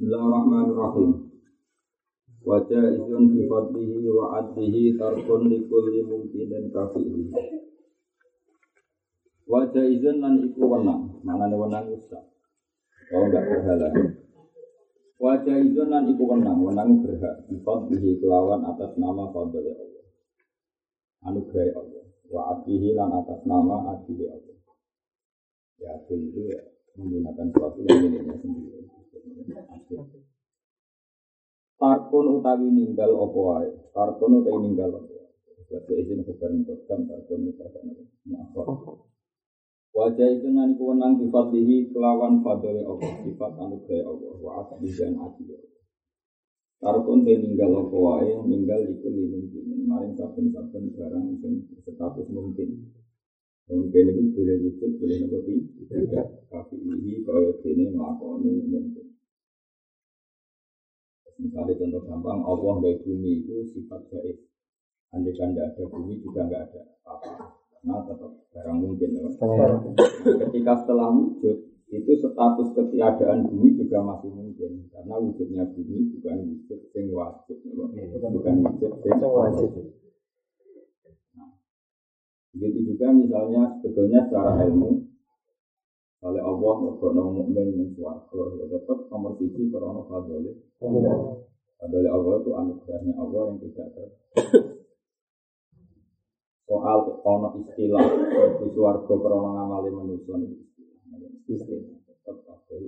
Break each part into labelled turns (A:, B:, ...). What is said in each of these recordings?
A: Bismillahirrahmanirrahim. Wa jaizun fi fadlihi wa adlihi tarkun likulli mumkinin kafihi. Wa jaizun lan iku wenang, manane wenang usah. Oh enggak berhalangan. Wa jaizun lan iku wenang berhak fi fadlihi kelawan atas nama fadl Allah. Anugerah Allah. Wa adlihi lan atas nama adil Allah. Ya adil itu ya menggunakan suatu yang miliknya sendiri. Tarkun utawi ninggal apa wae. Tarkun utawi ninggal apa wae. Bahasa izin kebaring kodam tarkun utawi apa. Wajah itu nanti kewenang sifatihi kelawan fadli Allah, sifat anugerah Allah, wa asli dan adil. Tarkun te ninggal apa wae, ninggal iku mungkin. Maring saben-saben barang sing status mungkin. Mungkin itu boleh wujud, boleh nabi tidak. Tapi ini kaya dene nglakoni mungkin. Misalnya contoh gampang, Allah dari bumi itu sifat gaib. Andai kan tidak ada bumi juga tidak ada apa. Karena tetap barang mungkin. Ketika setelah wujud, itu status ketiadaan bumi juga masih mungkin. Karena wujudnya bumi bukan wujud yang wajib. Bukan wujud yang wajib. Nah, begitu juga misalnya sebetulnya secara ilmu, oleh Allah mergono mukmin yang swarga, tetap nomor 1 karena fadhil. Fadhil Allah itu anugerahnya Allah yang tidak soal ono istilah di swarga karena ngamali manusia itu istilah tetap fadhil.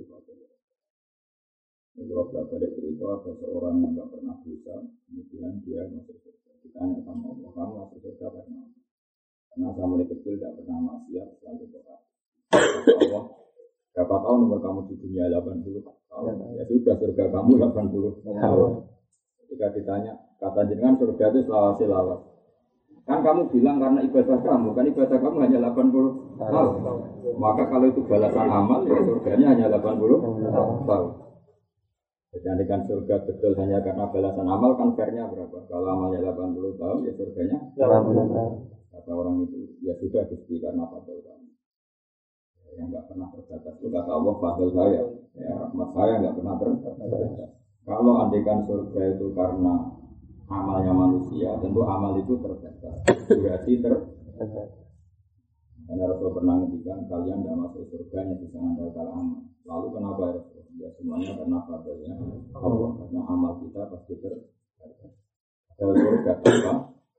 A: Kalau belajar cerita ada seorang yang tidak pernah dosa, kemudian dia masuk surga. Ditanya sama Allah, kamu masuk surga karena apa? Karena saya mulai kecil tidak pernah maksiat, selalu berdoa. Allah, berapa tahun umur kamu di dunia 80 tahun? Ya sudah, surga kamu 80 tahun. Ketika ditanya, kata jenengan surga itu selawat-selawat. Kan kamu bilang karena ibadah kamu, kan ibadah kamu hanya 80 tahun. Maka kalau itu balasan amal, ya surganya hanya 80 tahun. Jadi kan surga betul hanya karena balasan amal, kan fairnya berapa? Kalau amalnya 80 tahun, ya surganya 80 tahun. Kata orang itu, ya sudah Gusti karena fadl kamu. Yang enggak pernah terbatas itu kata Allah fadl saya, ya rahmat saya enggak pernah terbatas. Kalau andaikan surga itu karena amalnya manusia, tentu amal itu terbatas. Berarti terbatas. Karena Rasul pernah ngendikan kalian tidak masuk surganya bisa mengandalkan amal. Lalu kenapa ya Rasul? Ya semuanya karena fadlnya Allah, karena amal kita pasti terbatas. Kalau surga apa?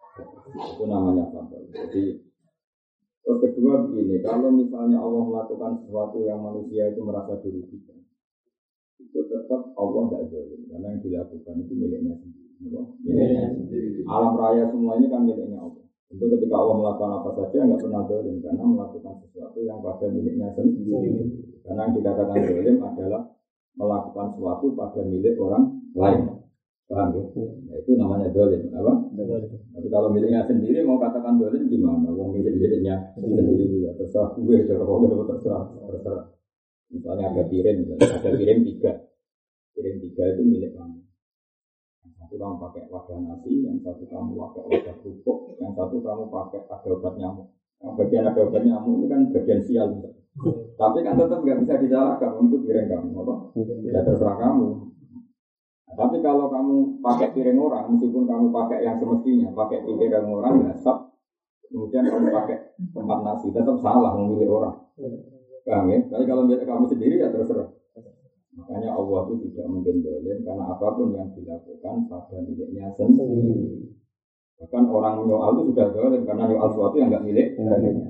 A: Itu namanya fadl. Jadi terus kedua begini, kalau misalnya Allah melakukan sesuatu yang manusia itu merasa dirugikan, itu tetap Allah tidak zalim, karena yang dilakukan itu miliknya sendiri. Miliknya sendiri. Alam raya semua ini kan miliknya Allah. Itu ketika Allah melakukan apa saja nggak pernah zalim, karena melakukan sesuatu yang pada miliknya sendiri. Karena yang dikatakan zalim adalah melakukan sesuatu pada milik orang lain. Paham ya? Nah, itu namanya zalim, apa? Tapi kalau miliknya sendiri mau katakan zalim gimana? Wong miliknya sendiri ya terserah gue, terserah. Misalnya ada piring 3. Piring 3 itu milik kamu. Yang satu kamu pakai wadah nasi, yang satu kamu pakai wadah kerupuk, yang satu kamu pakai ada obat nyamuk. Yang bagian ada obat nyamuk ini kan bagian sial. Tapi kan tetap nggak bisa disalahkan untuk piring kamu, apa? Ya terserah kamu. Tapi kalau kamu pakai piring orang, meskipun kamu pakai yang semestinya, pakai piring orang, nggak kemudian kamu pakai tempat nasi, tetap salah memilih orang. Paham ya? Tapi kalau milik kamu sendiri ya terserah. Makanya Allah itu tidak mungkin zalim karena apapun yang dilakukan pada miliknya sendiri. Bahkan orang menyoal itu sudah zalim karena nyoal sesuatu yang nggak miliknya.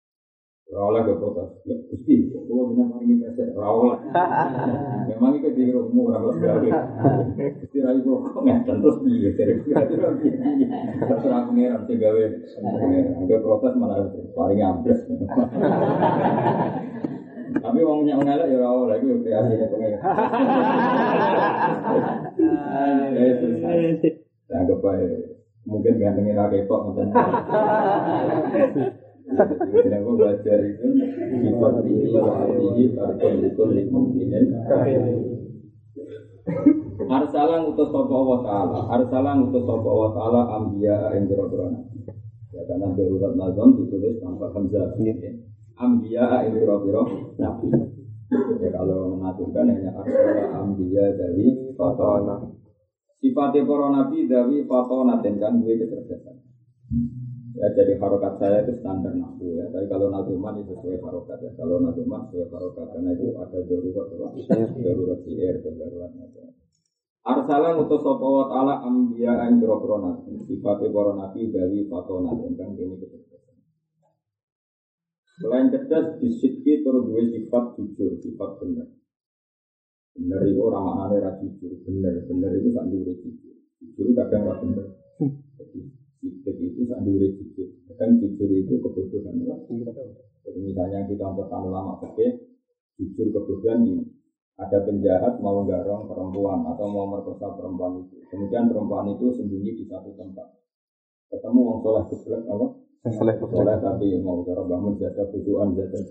A: Rawlah ke protes, ya Gusti, kalau benar hari ini presiden, rawlah. Memang itu di rumah orang bergawe. Gusti rayu kok nggak terus dia terserah pengiran segawe. Agak protes malah paling ambles. Tapi orangnya mengalah ya rawlah itu kreasinya pengiran. Anggap baik, mungkin gantengin rakyat kok nonton. Jadi aku belajar itu sifat ini tarikul mungkinin. Arsalan utus sapa wa taala anbiya ing boro-boro nabi. Ya karena darurat nazam ditulis tanpa hamzah. Anbiya ing boro-boro nabi. Ya kalau mengaturkan hanya arsala ambiya dari fatona. Sifatnya para nabi dari fatona dan kan gue kecerdasan. Ya jadi harokat saya itu standar nahwu ya. Tapi kalau nazuman itu sesuai harokat ya. Kalau nazuman sesuai harokat karena itu ada darurat darurat siir dan darurat nazuman. Arsala ngutus sapa wa ta'ala ambiya ing boro nabi. Sifatnya para nabi dari fatona dan kan ini kecerdasan. Selain cerdas, disidki terus dua sifat jujur, sifat benar. Benar itu orang maknanya ra jujur, benar itu sandure jujur. Jujur kadang ra benar. Jadi sidik itu sandure jujur. Kadang jujur itu kebodohan. Jadi misalnya kita contohkan ulama fikih, jujur kebodohan ini. Ada penjahat mau garong perempuan atau mau merkosa perempuan itu. Kemudian perempuan itu sembunyi di satu tempat. Ketemu wong saleh geblek apa? Soleh tapi mau cara bangun jasa bujuan jasa.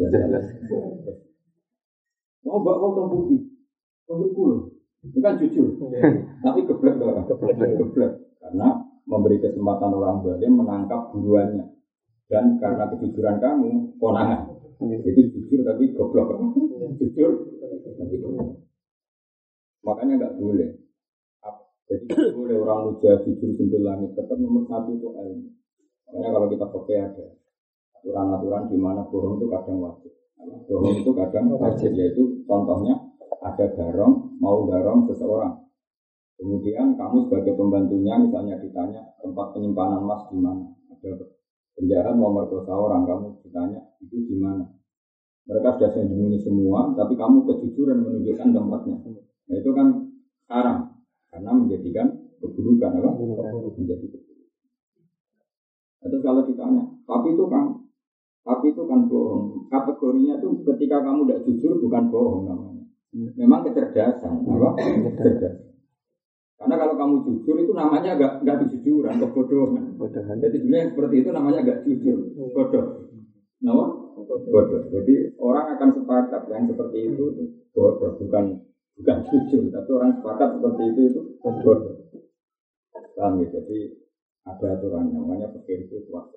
A: Mau bawa kau putih, putih itu kan jujur, tapi geblek orang, geblek karena memberi kesempatan orang zalim menangkap buruannya dan karena kejujuran kamu konangan, itu jujur tapi goblok, jujur tapi goblok. Makanya nggak boleh, jadi nggak boleh orang muja jujur sambil langit, tetap nomor satu itu ilmu. Makanya kalau kita pakai ada aturan-aturan di mana bohong itu kadang wajib. Bohong itu kadang wajib, yaitu contohnya ada mau garong seseorang. Kemudian kamu sebagai pembantunya misalnya ditanya tempat penyimpanan emas di mana. Ada penjahat mau merkosa orang, kamu ditanya itu di mana. Mereka sudah sembunyi semua, tapi kamu kejujuran menunjukkan tempatnya. Nah, itu kan haram karena menjadikan keburukan apa? Menjadi keburukan. Terus kalau ditanya, tapi itu kan bohong. Kategorinya itu ketika kamu tidak jujur bukan bohong namanya. Memang kecerdasan, apa? Kecerdasan. Karena kalau kamu jujur itu namanya nggak kejujuran, kebodohan. Jadi sebenarnya seperti itu namanya nggak jujur, bodoh. Nama? Bodoh. Jadi orang akan sepakat yang seperti itu bodoh, bukan jujur, tapi orang sepakat seperti itu bodoh. Paham ya? Jadi ada aturannya, namanya pikir itu kuat.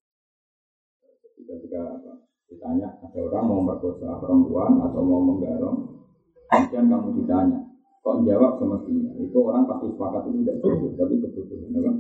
A: Ketika ditanya, ada orang mau merkosa perempuan atau mau menggarong, kemudian kamu ditanya, kok jawab semestinya? Itu orang pasti sepakat itu tidak jujur, tapi kebodohan.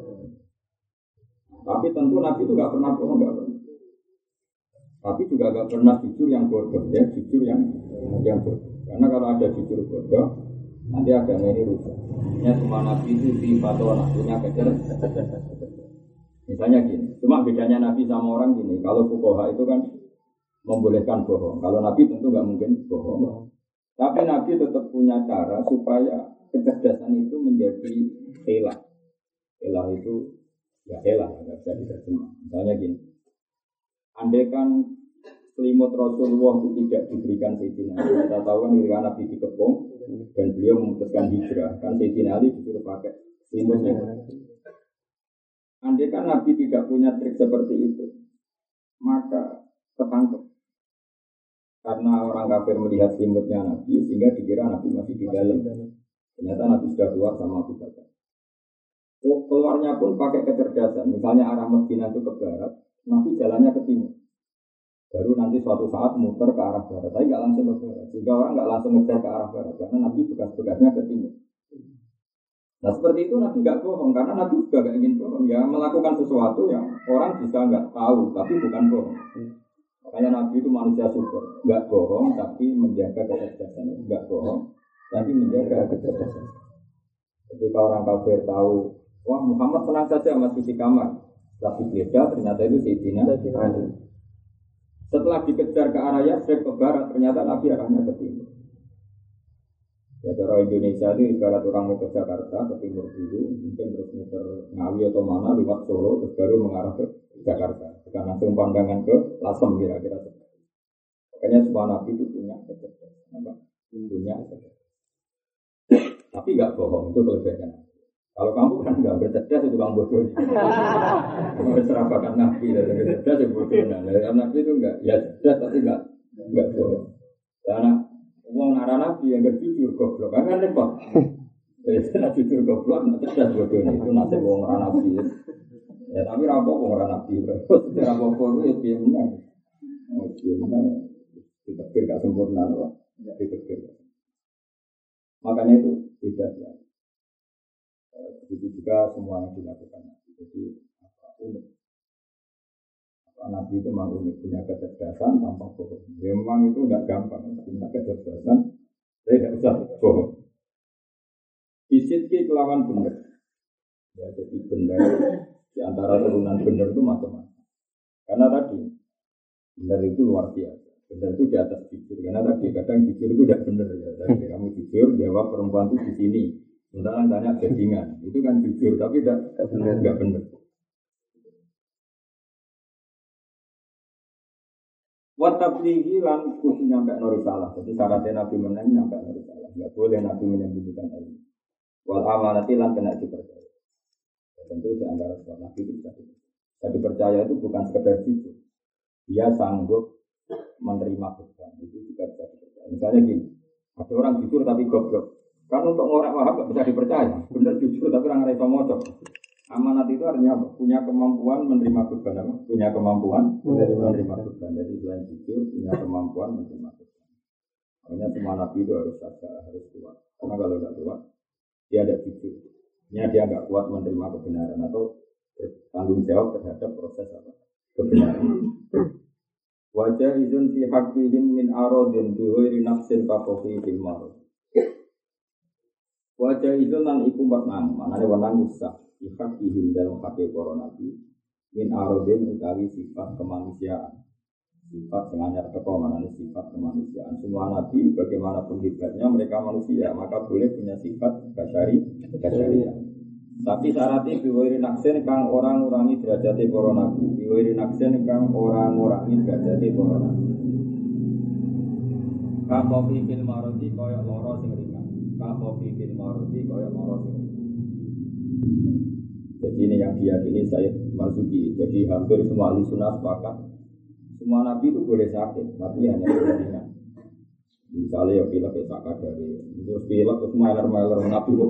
A: Tapi tentu Nabi itu nggak pernah bohong, nggak pernah. Tapi juga nggak pernah jujur yang bodoh, ya jujur yang bodoh. Karena kalau ada jujur bodoh, nanti agama ini rusak. Ini semua Nabi itu di fatwa punya kecerdasan. Misalnya gini, cuma bedanya Nabi sama orang gini. Kalau fuqaha itu kan membolehkan bohong. Kalau Nabi tentu nggak mungkin bohong. Tapi Nabi tetap punya cara supaya kecerdasan itu menjadi hilah. Hilah itu ya hilah, nggak bisa diterjemah. Misalnya gini, andai kan selimut Rasulullah itu tidak diberikan Sayyidina Ali. Kita tahu kan ketika Nabi dikepung dan beliau memutuskan hijrah, kan Sayyidina Ali disuruh pakai selimutnya. Andai kan Nabi tidak punya trik seperti itu, maka ketangkep. Karena orang kafir melihat selimutnya Nabi, sehingga dikira Nabi masih di dalam. Ternyata Nabi sudah keluar sama Abu Bakar. Keluarnya pun pakai kecerdasan. Misalnya arah Madinah itu ke barat, Nabi jalannya ke timur. Baru nanti suatu saat muter ke arah barat, tapi nggak langsung ke barat. Sehingga orang nggak langsung ngejar ke arah barat, karena Nabi bekas-bekasnya ke timur. Nah seperti itu Nabi nggak bohong, karena Nabi juga nggak ingin bohong. Ya melakukan sesuatu yang orang bisa nggak tahu, tapi bukan bohong. Makanya Nabi itu manusia syukur, nggak bohong, tapi menjaga kecerdasan. Nggak bohong, tapi menjaga kecerdasan. Ketika orang kafir tahu, wah Muhammad tenang saja masih di kamar, tapi beda ternyata itu Sayyidina Ali. Setelah dikejar ke arah Yastrib ke barat, ternyata Nabi arahnya ke timur. Ya cara Indonesia itu ibarat orang mau ke Jakarta, ke timur dulu, mungkin terus muter Ngawi atau mana, lewat Solo, terus baru mengarah ke Jakarta. Bukan langsung pandangan ke Lasem kira-kira. Makanya semua Nabi itu punya kecerdasan. Punya kecerdasan. Tapi nggak bohong, itu kelebihannya. Kalau kamu kan nggak bercerdas itu kamu bodoh. Kamu serapakan Nabi dari cerdas itu bodoh. Dari Nabi itu nggak, ya cerdas tapi nggak bodoh. Karena uang arah Nabi yang berjujur goblok kan repot. Jadi nak jujur goblok, nak cerdas bodoh itu nasib uang arah Nabi. Ya tapi rampok uang arah Nabi. Rampok itu dia menang. Dia menang. Ditekir gak sempurna loh. Ditekir. Makanya itu beda ya. Begitu juga semua yang dilakukan. Jadi unik. Nabi itu memang unik, punya kecerdasan tanpa bohong. Memang itu tidak gampang, punya kecerdasan, saya tidak bisa bohong. Isitki kelawan benar. Ya, jadi benar di antara turunan benar itu macam-macam. Karena tadi benar itu luar biasa. Benar itu di atas jujur. Karena tadi kadang jujur itu tidak benar ya. Tadi kamu jujur, jawab perempuan itu di sini. Sementara tanya bajingan, itu kan jujur tapi tidak benar. Watablihi lan kudu nyampe norisalah. Jadi syaratnya Nabi menang nyampe norisalah. Tidak boleh Nabi menyembunyikan ilmu. Wal amanati lan kena dipercaya. Tentu di antara sholat Nabi itu bisa dipercaya itu bukan sekedar jujur. Dia sanggup menerima beban. Itu juga bisa dipercaya. Misalnya gini, ada orang jujur tapi goblok. Kan untuk ngorek wahab gak bisa dipercaya. Bener jujur tapi orang ngerasa mocok. Amanat itu artinya punya kemampuan menerima beban. Punya kemampuan menerima beban. Jadi selain jujur, punya kemampuan menerima beban. Makanya semua Nabi itu harus kuat. Karena kalau tidak kuat, dia ada jujur. Dia nggak kuat menerima kebenaran atau tanggung jawab terhadap proses kebenaran. Wajah izin fi haqqihim min aradin bi ghairi nafsin ka fi fil marad. Wajah izin lan iku menang, manane wenang usah fi haqqihim dalam haqqi para nabi min aradin utawi sifat kemanusiaan. Sifat yang hanya teko manane sifat kemanusiaan. Semua nabi bagaimanapun hebatnya mereka manusia, maka boleh punya sifat basyariah. Tapi syaratnya biwiri naksin kang orang ngurangi derajati para nabi. Biwiri naksin kang orang ngurangi derajati para nabi. Kakofi fil maroti koyok loro sing ringan. Kakofi fil maroti koyok loro sing ringan. Jadi ini yang diyakini Sayyid Marzuki. Jadi hampir semua ahli sunnah sepakat semua nabi itu boleh sakit, tapi hanya ringan. Misalnya ya pilek ya sakit dari terus pilek terus meler nabi kok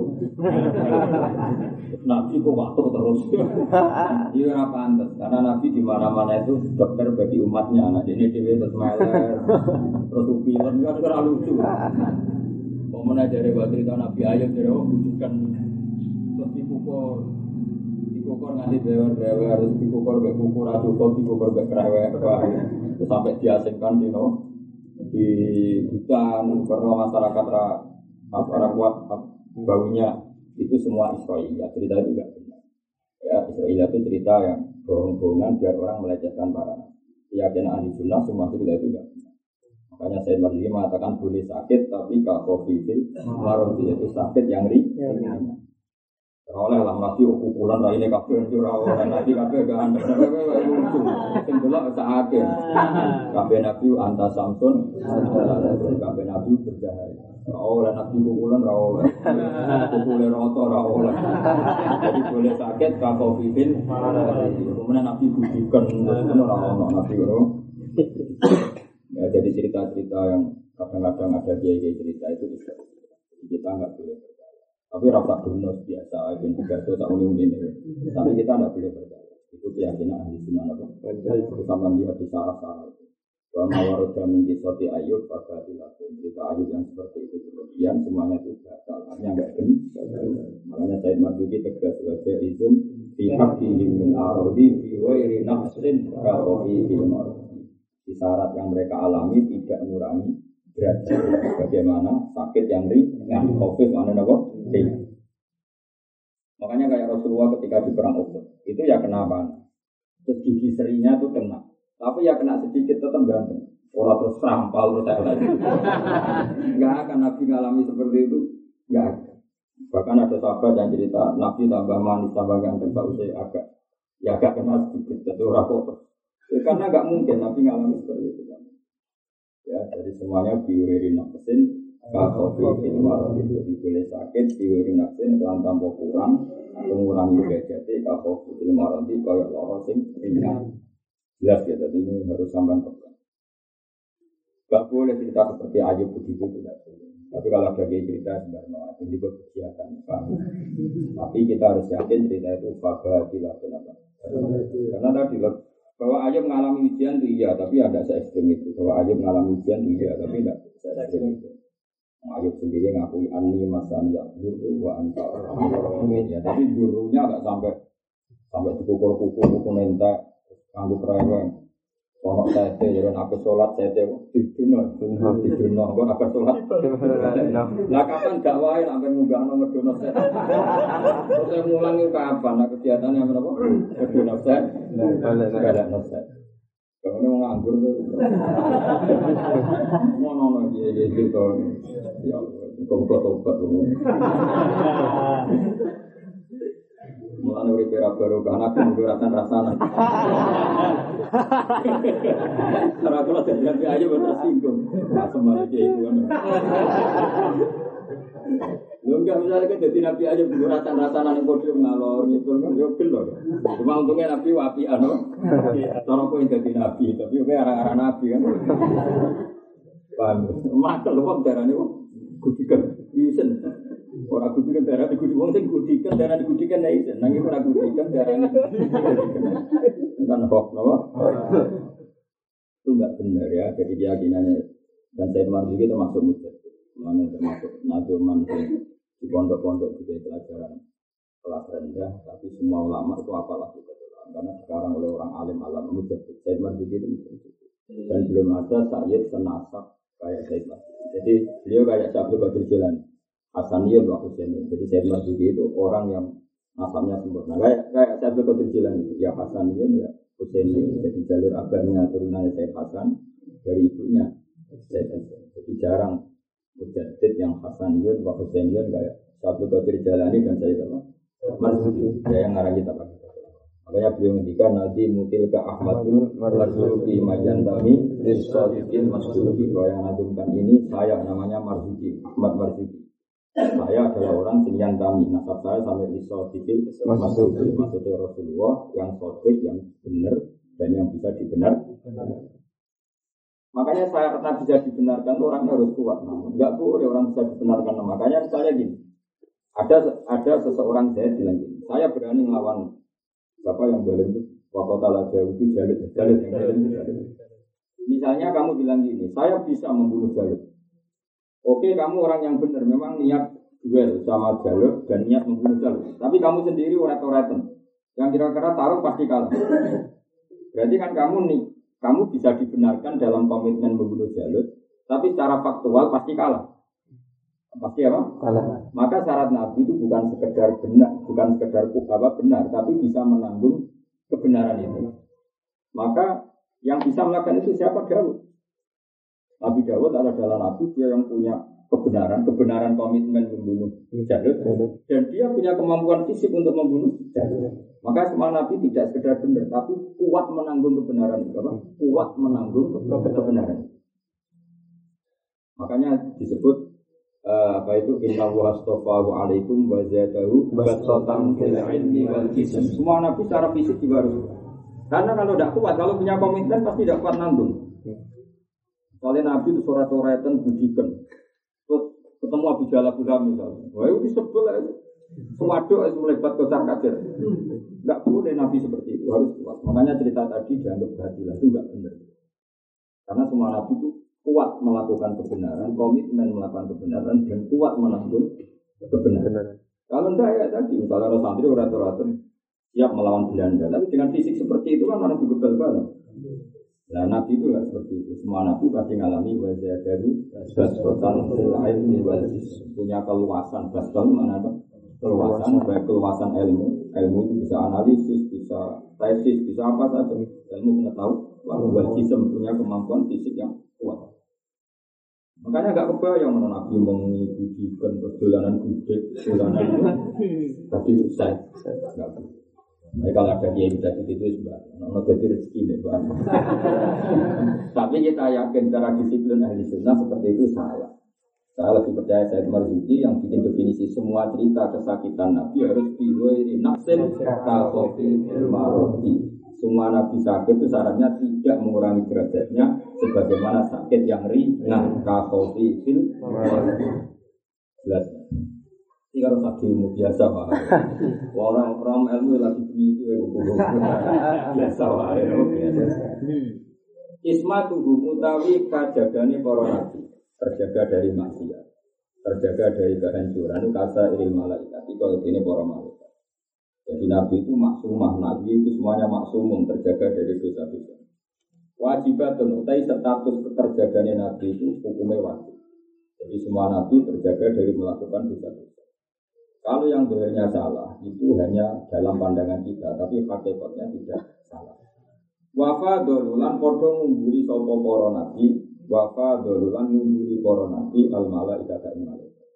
A: waktu terus dia nggak pantas karena nabi di mana-mana itu dokter bagi umatnya. Nah ini dia terus meler terus pilek nggak terlalu lucu. Momen aja dari waktu itu nabi ayat dari bukan terus dipukul nganti dewer terus dipukul berkukur cukup dipukul berkerewek terus sampai diasingkan di hutan karena masyarakat orang kuat baunya itu semua Israel. Cerita itu tidak benar. Ya Israel itu cerita yang bohong-bohongan biar orang melecehkan para keyakinan ahli sunnah. Semua cerita itu tidak benar. Makanya saya Marzuki mengatakan boleh sakit tapi kalau COVID maroti itu sakit yang ringan. Oleh lah nabi ukuran raine kabeh ora oleh nabi kabeh gak andek lucu sing delok sakake kabeh nabi anta samsun kabeh nabi bercahaya ora oleh nabi ukuran ora oleh ukule rata ora oleh jadi boleh sakit kalau fifil kemudian nabi bujukan ora ono nabi ora ya jadi cerita-cerita yang kadang-kadang ada kiai cerita itu kita enggak boleh. Tapi rasa bonus biasa, ben tiga itu tak unik ini. Tapi kita tidak boleh percaya. Itu keyakinan ahli sunnah apa? Itu sama lihat di sarah-sarah itu. Bahwa waroda min kisati Ayub pada dilakukan cerita Ayub yang seperti itu berlebihan semuanya itu batal. Artinya enggak benar. Makanya Sayyid Marzuki tegas wajah izin pihak min arodi fi ghairi nafsin ka fi fil marodi. Di syarat yang mereka alami tidak mengurangi derajat. Bagaimana sakit yang ringan, COVID mana apa? Makanya kayak Rasulullah ketika di perang Uhud itu ya kenapa? Terus gigi serinya tuh kena, tapi ya kena sedikit tetap ganteng. Orang terus rampal terus saya lagi. Enggak akan Nabi ngalami seperti itu, enggak ada. Bahkan ada sahabat yang cerita Nabi tambah manis tambah ganteng, tak usah agak kena sedikit, jadi orang kok. Karena enggak mungkin Nabi ngalami seperti itu. Ya, jadi semuanya biwiri nafsin. Kalau fil marad itu boleh sakit, diwiri naksin kelan tanpa kurang atau mengurangi derajatnya. Kalau fil marad itu kayak lara sing ringan. Jelas ya, jadi ini harus sampai pegang. Gak boleh cerita seperti Ayub begitu tidak boleh. Tapi kalau ada cerita sebenarnya itu disebut kegiatan. Tapi kita harus yakin cerita itu fakta tidak benar. Karena tadi Bahwa Ayub mengalami ujian itu iya, tapi ada se-ekstrim itu. Bahwa Ayub mengalami ujian itu iya, tapi tidak se-ekstrim itu. Ayub sendiri ngakui anni masaniyat duru wa anta rahim. Ya, tapi durunya enggak sampai dipukul-pukul nentek, nganggo kreweng. Ono sete jadi aku sholat sete diduno kok apa sholat. Lah kapan dakwae nek sampeyan munggahno ngedono sete. Terus mulang iki kapan nek kegiatane menapa? Ngedono sete. Balekno sete. Kalau wong nganggur to. Ngono iki to. Ya kok tobat. Mulane urip ora baru kan aku nguratan rasane. Ora kula dadi aja tersinggung. Asem aja iku kan. Lho enggak misalnya kan dadi nabi aja nguratan rasane ning podium ngalor gitu kan yo gelo. Cuma untungnya nabi wapian to. Cara kowe dadi nabi tapi kowe arah-arah nabi kan. Paham. Makel wong darane wong gudikan isen. Ora gudikan darah digudi wong sing gudikan darah digudikan nek isen. Nang ora gudikan darane. Kan kok napa? Itu enggak benar ya. Jadi keyakinannya dan saya juga termasuk mujtahid. Mana termasuk nadoman di pondok-pondok juga pelajaran kelas rendah, tapi semua ulama itu apalah juga karena sekarang oleh orang alim alam mujtahid. Saya juga itu mujtahid. Dan belum ada sayyid senasab kayak saya. Jadi beliau kayak Syekh Abdul Qadir Jilani, Hasaniyun wa Husainiyun. Jadi Syekh Marzuki itu orang yang nasabnya sempurna. Kayak Syekh Abdul Qadir Jilani, ya Hasaniyun ya Husainiyun. Jadi jalur abangnya turunannya Syekh Hasan dari ibunya Syekh Hasan. Jadi jarang mujaddid yang Hasaniyun wa Husainiyun kayak Syekh Abdul Qadir Jilani dan Syekh Marzuki. Yang ngarang kita pakai. Makanya beliau ngendikan nanti mutil ke Ahmadul Marzuki Majantami Rizalikin Masduki. Bahwa yang nadumkan ini saya namanya Marzuki, Ahmad Marzuki. Saya adalah orang Sinyantami. Nasab saya sampai Rizalikin Masduki. Maksudnya Rasulullah yang sodik, yang benar dan yang bisa dibenarkan. Makanya saya kata bisa dibenarkan orangnya harus kuat. Enggak boleh orang bisa dibenarkan. Makanya misalnya gini, ada seseorang saya bilang gini, saya berani melawan siapa yang boleh itu wakotala jauh itu Jalid yang boleh itu Jalid. Misalnya kamu bilang gini, saya bisa membunuh Jalid. Oke, kamu orang yang benar, memang niat duel sama Jalid dan niat membunuh Jalid. Tapi kamu sendiri urat-uratan, yang kira-kira taruh pasti kalah. Berarti kan kamu bisa dibenarkan dalam komitmen membunuh Jalid, tapi secara faktual pasti kalah. Pasti apa? Kalah. Maka syarat Nabi itu bukan sekedar benar, bukan sekedar benar, tapi bisa menanggung kebenaran itu. Maka yang bisa melakukan itu siapa? Daud. Nabi Daud adalah Nabi dia yang punya kebenaran komitmen membunuh Jalud, dan dia punya kemampuan fisik untuk membunuh Jalud. Maka semua Nabi tidak sekedar benar, tapi kuat menanggung kebenaran itu. Kuat menanggung kebenaran. Makanya disebut inna wa astafahu alaikum wa zadahu basatan fil ilmi wal jism. Semua nabi secara fisik juga harus. Karena kalau tidak kuat, kalau punya komitmen pasti tidak kuat nanggung. Soalnya nabi itu surat-suratan budikan. Terus ketemu Abu Jalal misalnya. Wah itu disebut sewaduk itu melebat kocar kacir. Tidak boleh nabi seperti itu, harus kuat. Makanya cerita tadi dianggap berhatilah itu tidak benar. Karena semua nabi itu kuat melakukan kebenaran, komitmen melakukan kebenaran, dan kuat menanggung kebenaran. Kalau tidak ya tadi, misalnya orang santri orang-orang siap melawan Belanda, tapi dengan fisik seperti itu kan orang juga banget. Nah Nabi itu nggak seperti itu. Semua Nabi pasti mengalami wajah dari basatan ilmi wajis, punya keluasan. Basatan mana ada? Keluasan, baik keluasan ilmu itu bisa analisis, bisa tesis, bisa apa saja. Ilmu pengetahuan, wajism punya kemampuan fisik yang kuat. Makanya agak kebayang mana Nabi mengikuti terus dolanan gudeg, dolanan itu tapi saya nggak tahu. Nah, kalau ada dia bisa itu sebenarnya, orang jadi rezeki deh, Pak. Tapi kita yakin cara disiplin ahli sunnah seperti itu salah. Saya lebih percaya Syekh Marzuki yang bikin definisi semua cerita kesakitan Nabi harus diwiri nafsin kasofi maroti. Semua Nabi sakit itu syaratnya tidak mengurangi derajatnya sebagaimana sakit yang ringan kasofi fil jelas. Ini harus ilmu biasa Pak. Orang ilmu lagi begitu ya biasa Pak. Isma tubuh mutawi kajagane para nabi, terjaga dari maksiat, terjaga dari kehancuran. Kata ilmu malaikat itu ini para malaikat. Jadi nabi itu maksumah, nabi itu semuanya maksum, terjaga dari dosa-dosa. Wajibatun utai status keterjagaannya nabi itu hukumnya wajib. Jadi semua nabi terjaga dari melakukan dosa-dosa. Kalau yang doanya salah itu hanya dalam pandangan kita, tapi hakikatnya tidak salah. Wafa dolulan podong mengguli sopo poro nabi, wafa dolulan mengguli poro nabi al malaikat al malaikat.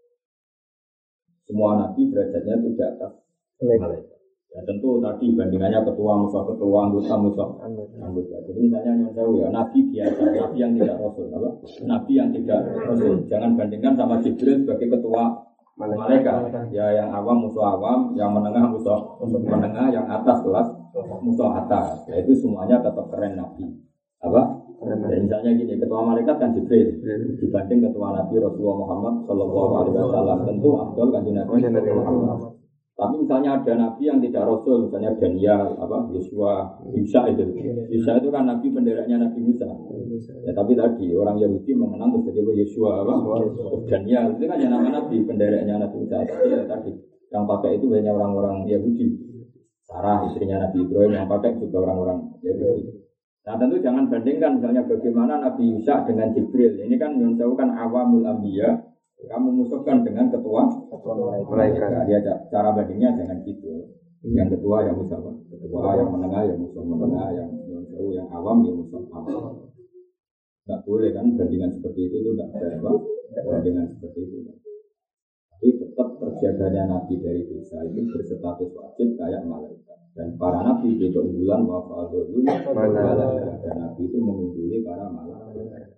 A: Semua nabi derajatnya tidak atas malaikat. Ya tentu tadi bandingannya ketua anggota. Jadi misalnya yang tahu ya nabi biasa, nabi yang tidak rasul, apa? Nabi yang tidak rasul. Jangan bandingkan sama Jibril sebagai ketua malaikat. Ya yang awam musuh awam, yang menengah musuh menengah, yang atas kelas musuh atas. Ya itu semuanya tetap keren nabi. Apa? Dan misalnya gini, ketua malaikat kan Jibril dibanding ketua nabi Rasulullah Muhammad Sallallahu Alaihi Wasallam, tentu Abdul kan Nabi Muhammad. Tapi misalnya ada nabi yang tidak rasul, misalnya Daniel, Yosua, Isa itu. Isa itu kan nabi pendereknya Nabi Musa. Ya tapi tadi orang Yahudi mengenang menjadi Yosua, Daniel itu kan yang nama nabi pendereknya Nabi Musa. Tapi ya tadi yang pakai itu banyak orang-orang Yahudi. Sarah istrinya Nabi Ibrahim yang pakai juga orang-orang Yahudi. Nah tentu jangan bandingkan misalnya bagaimana Nabi Isa dengan Jibril. Ini kan menjauhkan awamul anbiya. Kamu musuhkan dengan ketua malaikat. Dia cara bandingnya jangan gitu. Yang ketua yang musuh, ketua yang menengah yang musuh menengah, yang jauh yang awam yang musuh awam. Tidak boleh kan bandingan seperti itu tidak fair. Bandingan seperti itu. Tapi tetap terjaganya nabi dari dosa itu berstatus wajib kayak malaikat. Dan para nabi itu keunggulan bahwa malaikat dan nabi itu mengungguli para malaikat.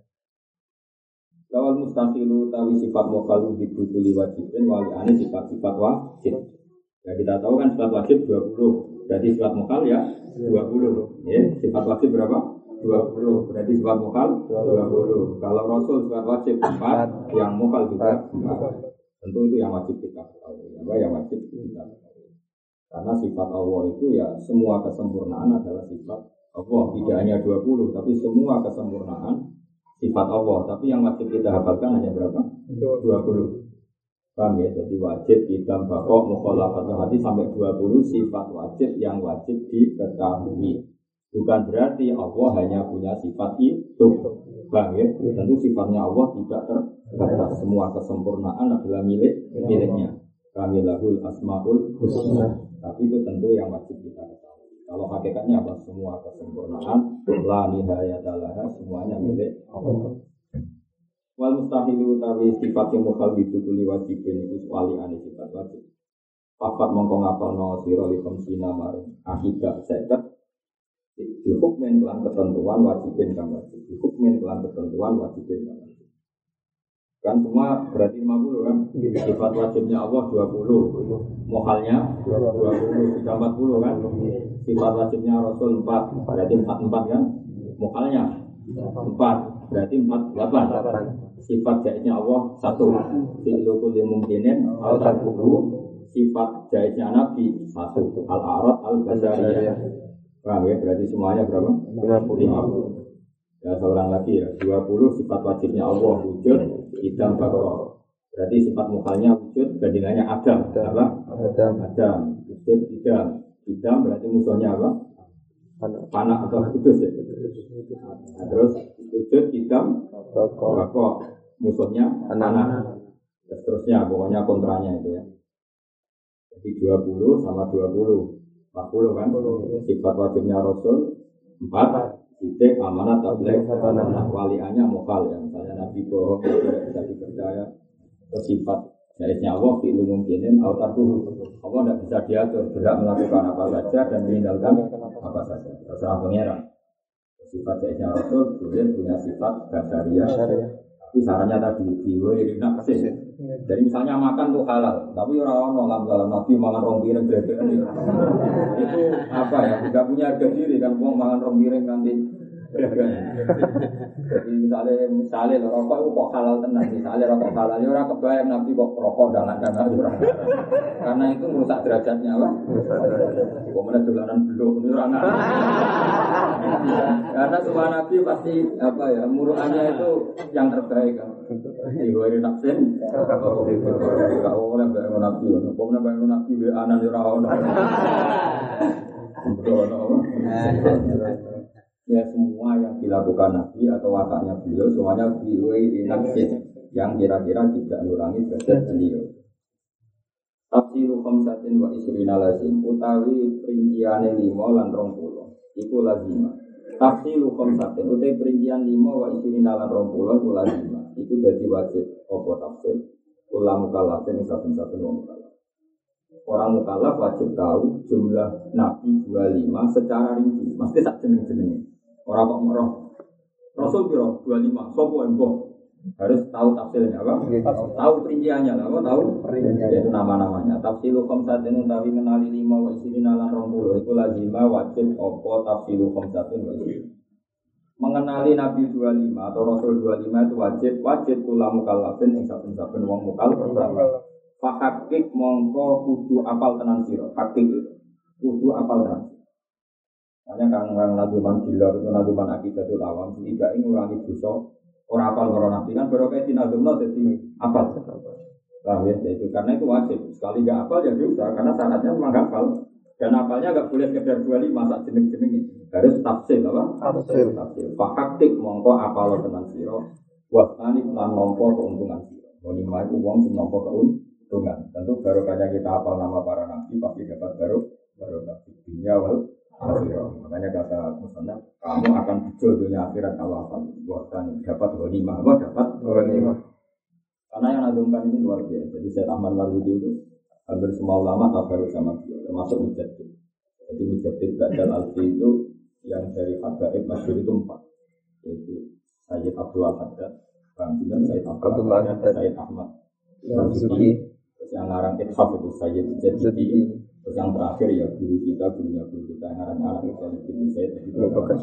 A: Lawal mustaqilu tawi sifat mukhalu dibutuli wajibin wali ane sifat-sifat wajib. Ya kita tahu kan sifat wajib 20. Berarti sifat mukhal ya 20. Ya, sifat wajib berapa? 20. Berarti sifat mukhal 20. Kalau Rasul sifat wajib 4, yang mukhal juga 4. Tentu itu yang wajib kita tahu. Yang wajib kita tahu. Karena sifat Allah itu ya semua kesempurnaan adalah sifat Allah. Tidak hanya 20, tapi semua kesempurnaan sifat Allah, tapi yang wajib kita hafalkan hanya berapa? 20. Paham ya? Jadi wajib kita bakok mukhalafatul hadis sampai 20 sifat wajib yang wajib diketahui. Bukan berarti Allah hanya punya sifat itu. Paham ya? Tentu sifatnya Allah tidak terbatas. Semua kesempurnaan adalah miliknya. Kamilahul asmaul husna. Tapi itu tentu yang wajib kita ketahui. Kalau hakikatnya apa? Semua kesempurnaan la nihayatalah, semuanya milik Allah. Wal mustahilu tawi sifat yang mukhal bidukuli wajibin itu wali ane sifat wajib. Papat mongko ngapalno sira li khamsina maring akidah seket dihukmen kelan ketentuan wajibin kang wajib. Dihukmen kelan ketentuan wajibin kang wajib. Kan semua berarti 50 kan? Sifat wajibnya Allah 20, mukhalnya 20, sudah 40 kan? Sifat wajibnya Rasul 4, berarti 44 kan? Mukhalnya 4, berarti 48. Sifat jaiznya Allah 1, fi'lukul limumkinin al-tarkuhu. Sifat jaiznya Nabi 1, al-arad al-basariyah. Paham ya? Berarti semuanya berapa? 50. Ya seorang lagi ya, 20 sifat wajibnya Allah wujud, idam bakor. Berarti sifat mukhalnya wujud, bandingannya Adam. Apa? Adam. Wujud idam. Idam berarti musuhnya apa? Panak atau kudus ya. Nah, terus wujud idam bakor. Musuhnya panak. Seterusnya pokoknya kontranya itu ya. Jadi 20 sama 20, 40 kan? Sifat wajibnya Rasul 4. Titik amanat tabligh waliannya mukal ya, misalnya Nabi bohong tidak bisa dipercaya. Sifat jaiznya Allah fi'il mungkinin autarku Allah tidak bisa diatur, berhak melakukan apa saja dan meninggalkan apa saja terserah pangeran. Sifat jaiznya Rasul boleh punya sifat basariyah, tapi sarannya tadi diwirinak kasih. Jadi misalnya makan tuh halal, tapi orang dalam Nabi makan rong piring gede-gede itu apa ya? Tidak punya harga diri kan, mau makan rong piring nanti Jadi misalnya rokok itu kok halal tenan. Misalnya rokok halal, ya orang kebayang Nabi kok rokok dangan-dangan. Karena itu merusak derajatnya, Pak. Kok mana dolanan belum orang. Karena semua Nabi pasti apa ya, muruannya itu yang terbaik. Iwari nafsin, kau oleh bayang Nabi, kau mana bayang Nabi be anan jurau. Ya semua yang dilakukan Nabi atau wataknya beliau semuanya biwai nafsin yang kira-kira tidak mengurangi derajat beliau. Tafsiru khamsatin wa isrina lazim utawi perinciane 5 lan 20 iku lazima. Tafsiru khamsatin utawi perincian 5 wa isrina lan 20 iku lazima. Iku dadi wajib apa tafsir kula mukallafin saben-saben wong mukallaf. Orang mukallaf wajib tahu jumlah Nabi 25 secara rinci, mesti sak jeneng-jenenge. Orang kok merah. Rasul kira 25, sopo embok. Harus tahu tafsirnya apa? Tahu perinciannya lah, tahu yaitu nama-namanya. Tafsiru khamsatin utawi menali 5 wa isrina lan 20 iku lazima wajib apa tafsiru khamsatin wa isrina. Mengenali Nabi 25 atau Rasul 25 itu wajib kula mukallafin ing saben-saben wong mukallaf. Fakakik mongko kudu apal tenan sira. Hakik itu kudu apal tenan. Makanya kan naduman dilar itu naduman akidatul awam tidak ngurangi dosa orang apal para nabi kan baru kayak dinadumno jadi apal. Paham ya? Itu karena itu wajib. Sekali enggak apal ya dosa karena syaratnya memang hafal. Dan apalnya enggak boleh sekedar 25 masa jeneng-jeneng ini. Harus tafsir apa? Tafsir. Fakakik mongko apal tenan sira. Wasani lan nampa keuntungan sira. Lima itu wong sing nampa keuntungan. Tentu barokahnya kita hafal nama para nabi pasti dapat barokah dunia wal akhirat. Makanya kata Musannaf, kamu akan bejo dunia akhirat kalau hafal. Bahkan dapat ghanimah, dapat ghanimah. Karena yang nazumkan ini luar biasa. Jadi Syekh Ahmad Marzuki itu hampir semua ulama tabaruk sama dia, termasuk Mujaddid. Jadi Mujaddid Ba'dal Alfi itu yang dari Habaib Masyhur itu 4, yaitu Sayyid Abdul Haddad, Sayyid Abdul Haddad, Sayyid Ahmad Marzuki, terus yang ngarang Ithaf itu Sayyid Jadidi. Terus yang terakhir ya guru kita yang ngarang anak itu Sayyid Abu Bakar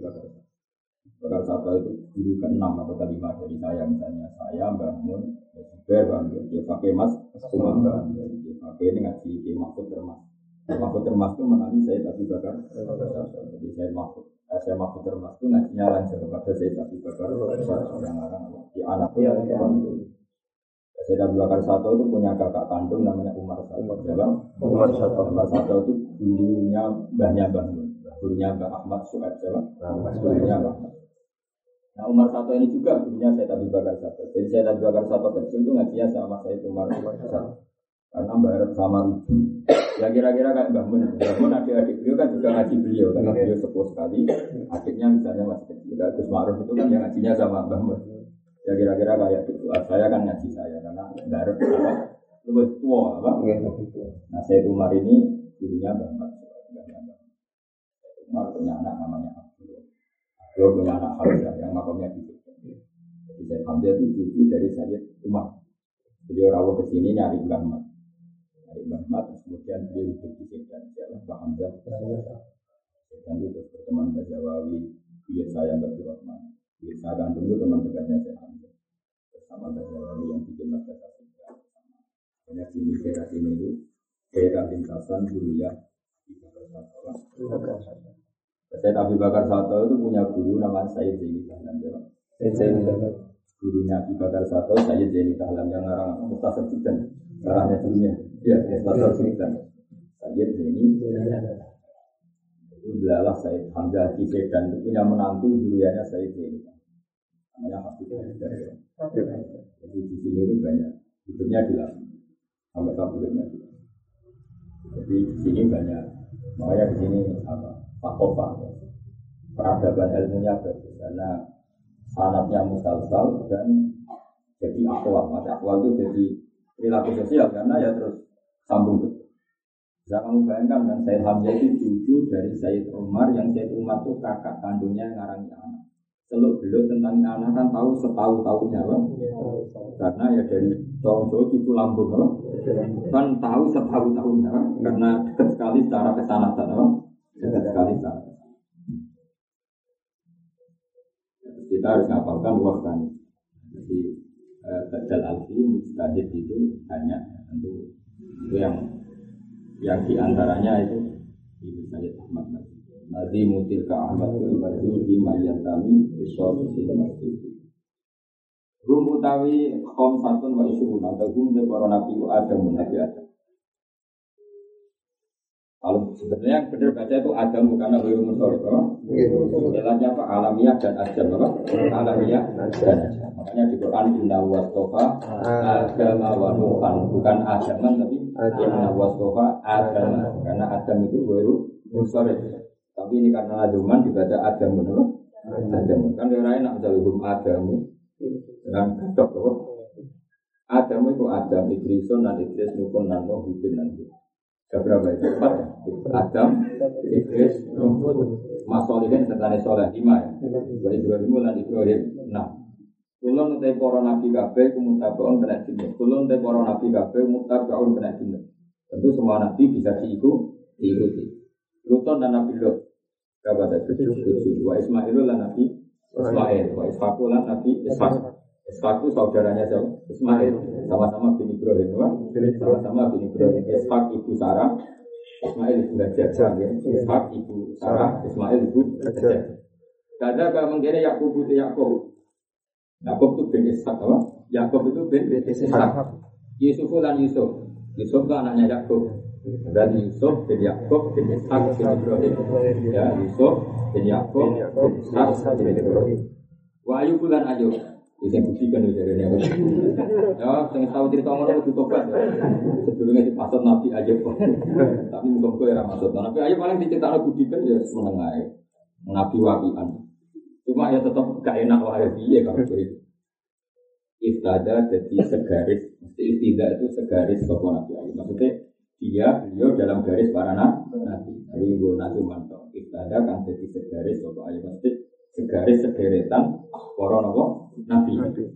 A: Sata itu guru ke-6 atau ke-5 dari saya, misalnya saya Mbah Mun, Zubair, dia pakai Mas Umar, dia pakai ini ngaji ke Mahfud Termas itu menangi Sayyid Abu Bakar. Jadi saya Mahfud Termas itu ngajinya lancar kepada Sayyid Abu Bakar yang ngarang di anaknya itu. Sayyid Abu Bakar Sato itu punya kakak kandung namanya Umar Sato. Umar Sato itu gurunya Mbahnya Mbah Mun, gurunya Mbah Ahmad Su'ad, gurunya Mbah Ahmad. Nah Umar Sato ini juga gurunya Sayyid Abu Bakar Sato. Jadi Sayyid Abu Bakar Sato kecil itu ngajinya sama Sayyid Umar Sato. Karena bareng sama Ruju. Ya kira-kira kayak Mbah Mun. Mbah Mun adik-adik beliau kan juga ngaji beliau, karena beliau sepuh sekali. Adiknya misalnya masih kecil. Gus Ma'ruf itu kan yang ngajinya sama Mbah Mun. Ya kira-kira kayak gitu. Saya kan ngaji saya karena bareng apa? Lebih tua apa? Nah Sayyid Umar ini gurunya Mbah Ahmad. Umar punya anak namanya Abdul. Dia punya anak Hamzah yang makamnya di situ. Jadi Sayyid Hamzah itu cucu dari Sayyid Umar. Jadi orang ke sini nyari Mbah Ahmad. Kemudian dia hidup di sini dan Mbah Hamzah. Dan itu terus berteman Mbah Jawawi, biar saya Mbah Rahman. Biar saya kandung itu teman dekatnya Sayyid Hamzah. Bersama Mbah Jawawi yang bikin masyarakat juga. Hanya sini daerah sini itu daerah lintasan Duriyah di Bakar Sato. Sayyid Abu Bakar Sato itu punya guru namanya Sayyid Zaini Tahlam. Gurunya Abu Bakar Sato Sayyid Zaini Tahlam yang ngarang Mukhtasar Jidan. Caranya gurunya, ya Mukhtasar Jidan. Sayyid Zaini itu adalah Sayyid Hamzah Jidan itu punya menantu gurunya Sayyid Zaini. Namanya Habib Haidar. Jadi di sini itu banyak hidupnya dilatih sampai kabulnya. Jadi di sini banyak, makanya di sini apa? Fakofa, peradaban ilmunya bagus karena sanadnya musalsal dan jadi akwal. Maka akwal itu jadi perilaku sosial karena ya terus sambung betul. Bisa kamu bayangkan kan Sayyid Hamzah itu cucu dari Sayyid Umar yang Sayyid Umar itu kakak kandungnya yang ngarang anak. Seluk-beluk tentang anak kan tahu setahu-tahunya kan? Karena ya dari Jawa cucu lambung kan tahu setahu-tahunya kan? Karena dekat sekali secara kesanatan kan? Dekat sekali secara kita harus ngapalkan waktan. Jadi Badal Alfi mujtahid itu banyak, tentu itu yang diantaranya itu Sayyid Ahmad Nabi Mutil ka Ahmadul Marzuq di Mayatami Isor Sila Masjid. Gum utawi khamsatun wa isruna, gum de para nabi Adam nabi Adam. Kalau sebenarnya yang benar baca itu Adam bukan Nabi Musa. Istilahnya apa? Alamiah dan Adam apa? Alamiah dan Adam. Makanya di Quran Inna wastofa Adam wa Nuhan, bukan Adam tapi Inna wastofa Adam, karena Adam itu baru Musa. Tapi ini karena Aduman dibaca Adam apa? Adam. Kan orang enak misalnya hukum Adam dengan gadok apa? Adam itu Adam, Idrison dan Idris, Nukun dan Nuh, Hudin dan Hudin. Berapa itu? 4 Adam, Idris, Nuh, Masolihin, serta Soleh 5 ya. Wa Ibrahim dan Ibrahim 6. Kulon utai para nabi kabeh kumutabaun kena jinah. Kulon utai para nabi kabeh mutabaun kena jinah. Tentu semua nabi bisa diikuti. Luton dan Nabi Lut berapa tadi? 7. Wa Ismailul dan Nabi Ismail. Wa Ishaqul dan Nabi Ishaq. Ishaq itu saudaranya siapa? Ismail. Sama-sama bin Ibrahim, sama-sama bin Ibrahim. Ishaq ibu Sarah, Ismail ibu Hajar. Ishaq ibu Sarah, Ismail ibu Hajar. Kada kalau mengira Yakub itu Yakub. Yakub itu bin Ishaq apa? Yakub itu bin Ishaq. Yusuf dan Yusuf. Yusuf itu anaknya Yakub. Dan Yusuf bin Yakub bin Ishaq bin Ibrahim. Ya Yusuf bin Yakub bin Ishaq bin Ibrahim. Wa Ayub dan Ayub. Bisa buktikan itu dari apa? Ya, saya tahu cerita orang itu tobat. Sebelumnya di pasar Nabi Ayub, tapi muka-muka era masuk. Nabi Ayub paling diceritakan buktikan ya menengai, Nabi wapian. Cuma ya tetap gak enak wahai dia kalau begitu. Iftada jadi segaris, mesti iftidah itu segaris sopo Nabi Ayub. Maksudnya beliau dalam garis para nabi. Tapi gue nabi mantap. Iftada kan jadi segaris sopo Ayub. Mesti segaris sederetan para nabi.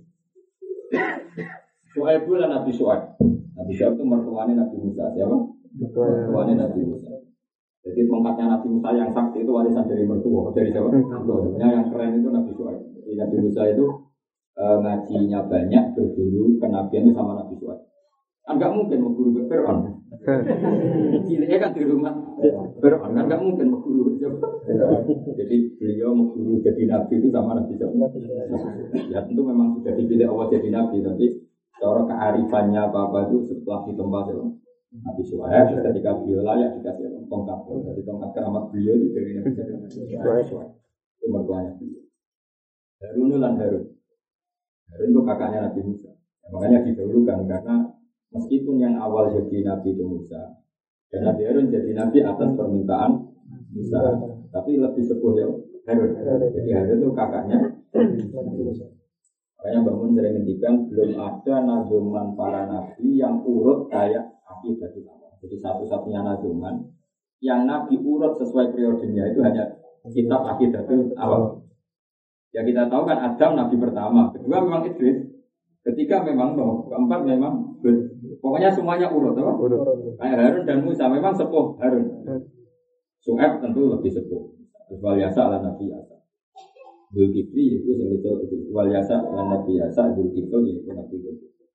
A: Su'aib itu Nabi Su'aib. Nabi Su'aib itu mertuanya Nabi Musa. Siapa? Mertuanya Nabi Musa. Jadi tongkatnya Nabi Musa yang sakti itu warisan dari mertua. Dari siapa? Sebenarnya yang keren itu Nabi Su'aib. Jadi Nabi Musa itu ngajinya banyak, berguru kenabian itu sama Nabi Su'aib. Enggak mungkin mengguru ke Fir'aun. Ciliknya kan di rumah Fir'aun, kan enggak mungkin mengguru. Jadi beliau mengguru jadi Nabi itu sama Nabi Su'aib. Ya tentu memang sudah dipilih Allah jadi Nabi, tapi cara kearifannya apa-apa itu setelah ditempa Nabi Su'aib, ketika beliau layak dikasih tongkat. Jadi tongkat keramat beliau itu dari Nabi Su'aib. Itu mertuanya beliau. Harun dan Harun. Harun itu kakaknya Nabi Musa. Makanya didahulukan karena meskipun yang awal jadi Nabi itu Musa, dan Nabi Harun jadi Nabi atas permintaan Musa, tapi lebih sepuh ya Harun. Jadi Harun itu kakaknya Musa. Makanya bangun sering ngendikan belum ada nazuman para nabi yang urut kayak akidah utama. Jadi satu-satunya nazuman yang nabi urut sesuai periodenya itu hanya kitab Aqidatul Awam. Ya kita tahu kan Adam nabi pertama, kedua memang Idris, ketiga memang Nuh, keempat memang pokoknya semuanya urut, apa? Kayak Harun dan Musa memang sepuh Harun. Su'aib tentu lebih sepuh. Terus wal yasa ala Nabi Yasa. Dzulkifli itu yang itu wal yasa ala Nabi Yasa, Dzulkifli itu Nabi Dzulkifli.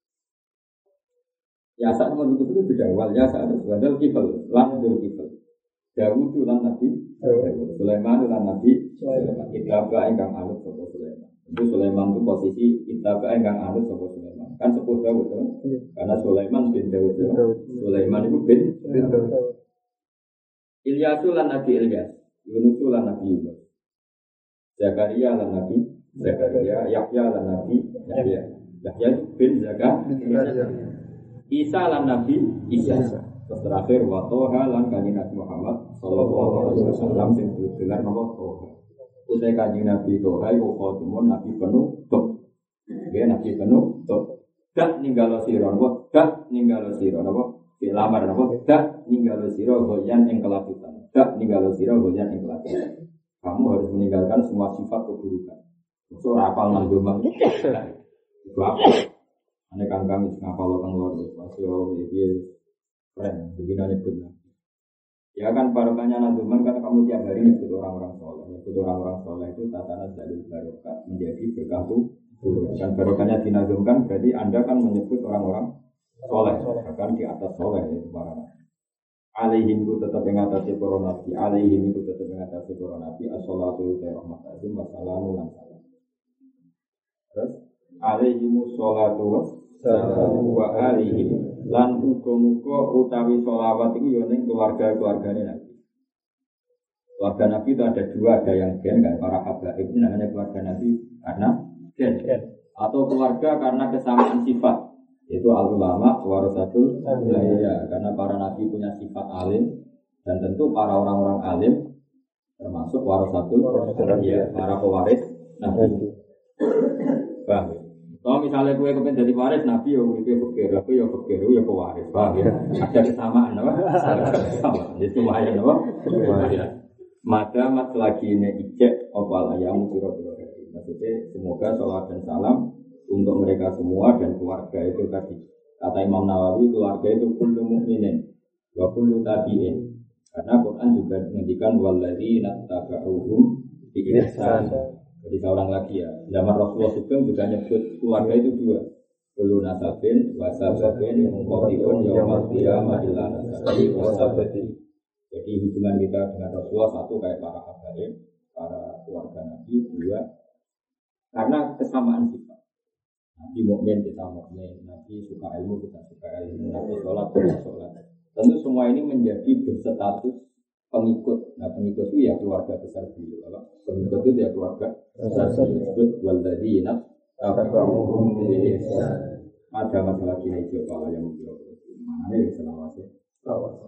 A: Yasa sama Dzulkifli itu beda. Wal yasa ada Dzulkifli, lan Dzulkifli. Dawud itu lan Nabi Dawud. Sulaiman lan Nabi Sulaiman. Itaba ingkang anut sapa Sulaiman. Itu Sulaiman itu posisi itaba ingkang anut sapa Sulaiman. Kan sepuh Dawud kan? Karena Sulaiman bin Dawud. Sulaiman itu bin Dawud. Ilyasu lan Nabi Ilyas. Yunus lan Nabi Yunus. Zakaria lan Nabi Zakaria. Yahya lan Nabi Yahya. Yahya itu bin Zakaria. Isa lan Nabi Isa. Terus terakhir wa toha lan kanjeng Nabi Muhammad sallallahu alaihi wasallam sing gelar nama Toha. Utai kanjeng Nabi Toha iku khotimun Nabi penutup. Nggih Nabi penutup. Dak ninggalo sira napa? Dak ninggalo sira napa? Lamar napa? Dak ninggalo sira goyan ing kelakuan. Dak ninggalo sira goyan ing kelakuan. Kamu harus meninggalkan semua sifat keburukan. Maksud rapal nang domang. Itu apa? Ane kan kami ngapal kang lor. Masih piye keren, begini nyebutnya. Ya kan barokahnya nazuman karena kamu tiap hari nyebut orang-orang soleh. Nyebut orang-orang soleh itu tatana jalur barokah menjadi berkah tuh. Dan barokahnya dinazumkan berarti Anda kan menyebut orang-orang soleh, bahkan di atas soleh itu para nabi. Alaihim itu tetap yang atas para nabi. Alaihim itu tetap yang atas para nabi. As-salatu wa rahmatullahi wa salamu lan salam. Terus alaihimu sholatu wa alaihim lan muga-muga utawi sholawat itu ya ning keluarga-keluargane Nabi. Keluarga Nabi itu ada dua, ada yang gen kan para habaib ini namanya keluarga Nabi karena gen atau keluarga karena kesamaan sifat yaitu al-ulama warasatul anbiya karena para nabi punya sifat alim dan tentu para orang-orang alim termasuk warasatul anbiya para pewaris nabi. Paham? Kalau misalnya gue kepengen jadi waris Nabi, ya gue pikir, aku ya pikir, ya pewaris, paham ya? Ada kesamaan, apa? Sama, itu lumayan, apa? Maka mas lagi ini ijek, opal ayam, biro-biro. Maksudnya, semoga sholawat dan salam untuk mereka semua dan keluarga itu tadi. Kata Imam Nawawi, keluarga itu kullu mu'minin, wa kullu tabi'in. Karena Quran juga menghentikan walladzina taba'uhum bi ihsan. Jadi seorang lagi ya, zaman Rasulullah Sugeng juga nyebut keluarga itu dua. Kullu nasabin, wasabin, mengkotiun, yawmal qiyamah, ila nasabi, wasabati. Jadi hubungan kita dengan Rasulullah satu kayak para habaib, para keluarga Nabi, dua. Karena kesamaan sifat. Nabi mukmin kita mukmin, Nabi suka ilmu kita suka ilmu, Nabi sholat kita sholat. Tentu semua ini menjadi berstatus pengikut. Nah pengikut itu ya keluarga besar beliau. Pengikut itu ya keluarga besar beliau. Disebut waldadzina taba'uhum bi ihsan. Ada masalah kini coba yang menjawab. Mana ya selawase?